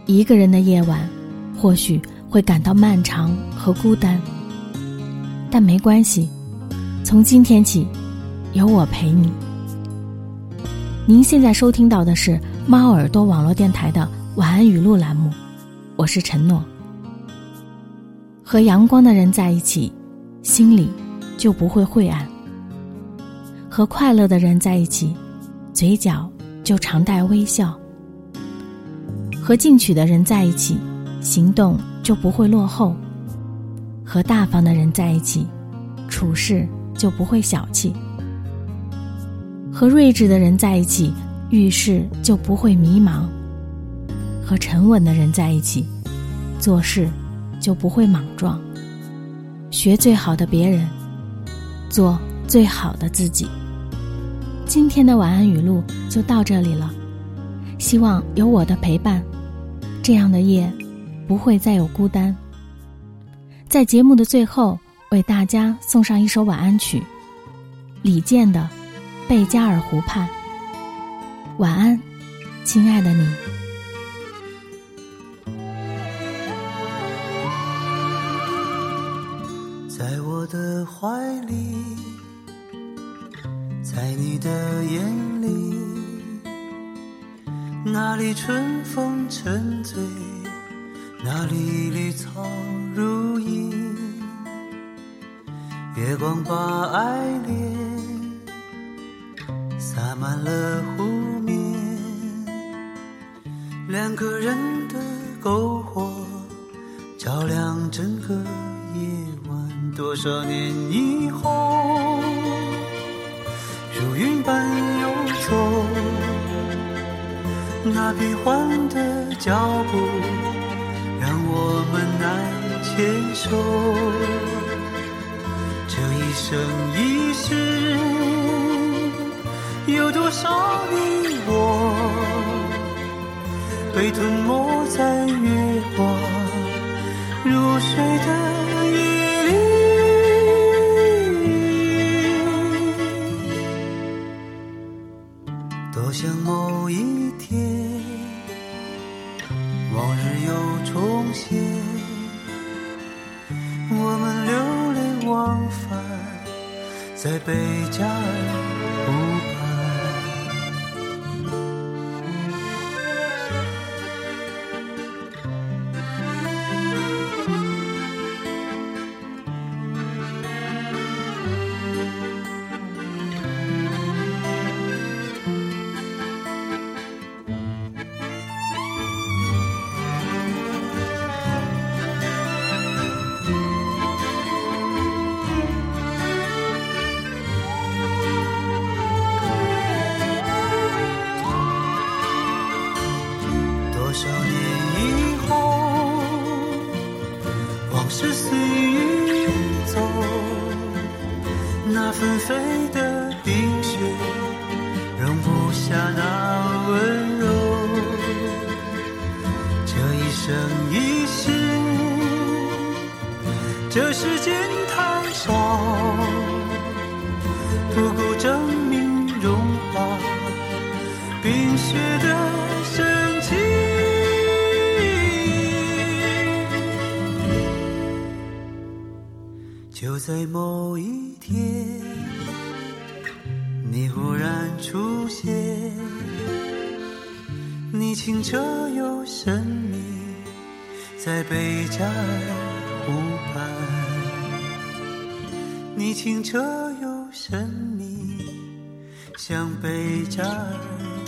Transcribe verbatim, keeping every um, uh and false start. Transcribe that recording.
一个人的夜晚或许会感到漫长和孤单，但没关系，从今天起有我陪你。您现在收听到的是猫耳朵网络电台的晚安语录栏目，我是陈诺。和阳光的人在一起，心里就不会晦暗；和快乐的人在一起，嘴角就常带微笑；和进取的人在一起，行动就不会落后；和大方的人在一起，处事就不会小气；和睿智的人在一起，遇事就不会迷茫；和沉稳的人在一起，做事就不会莽撞。学最好的别人，做最好的自己。今天的晚安语录就到这里了，希望有我的陪伴，这样的夜不会再有孤单。在节目的最后，为大家送上一首晚安曲，李健的《贝加尔湖畔》。晚安，亲爱的你。 在我的怀里，在你的眼里，那里春风沉醉，那里绿草如茵，月光把爱恋洒满了湖面，两个人的篝火照亮整个夜晚。多少年以后，如云般游走，那变幻的脚步让我们难牵手。这一生一世，有多少你我被吞没在月光入睡的夜里。多想某一天，往日又重现，我们流连忘返在贝加尔湖畔。多少年以后，往事随云走，那纷飞的冰雪容不下那温柔。这一生一世，这世间太少，不够证明融化冰雪的深情。就在某一天，你忽然出现，你清澈又神秘，在贝加尔湖畔。你清澈又神秘，像贝加尔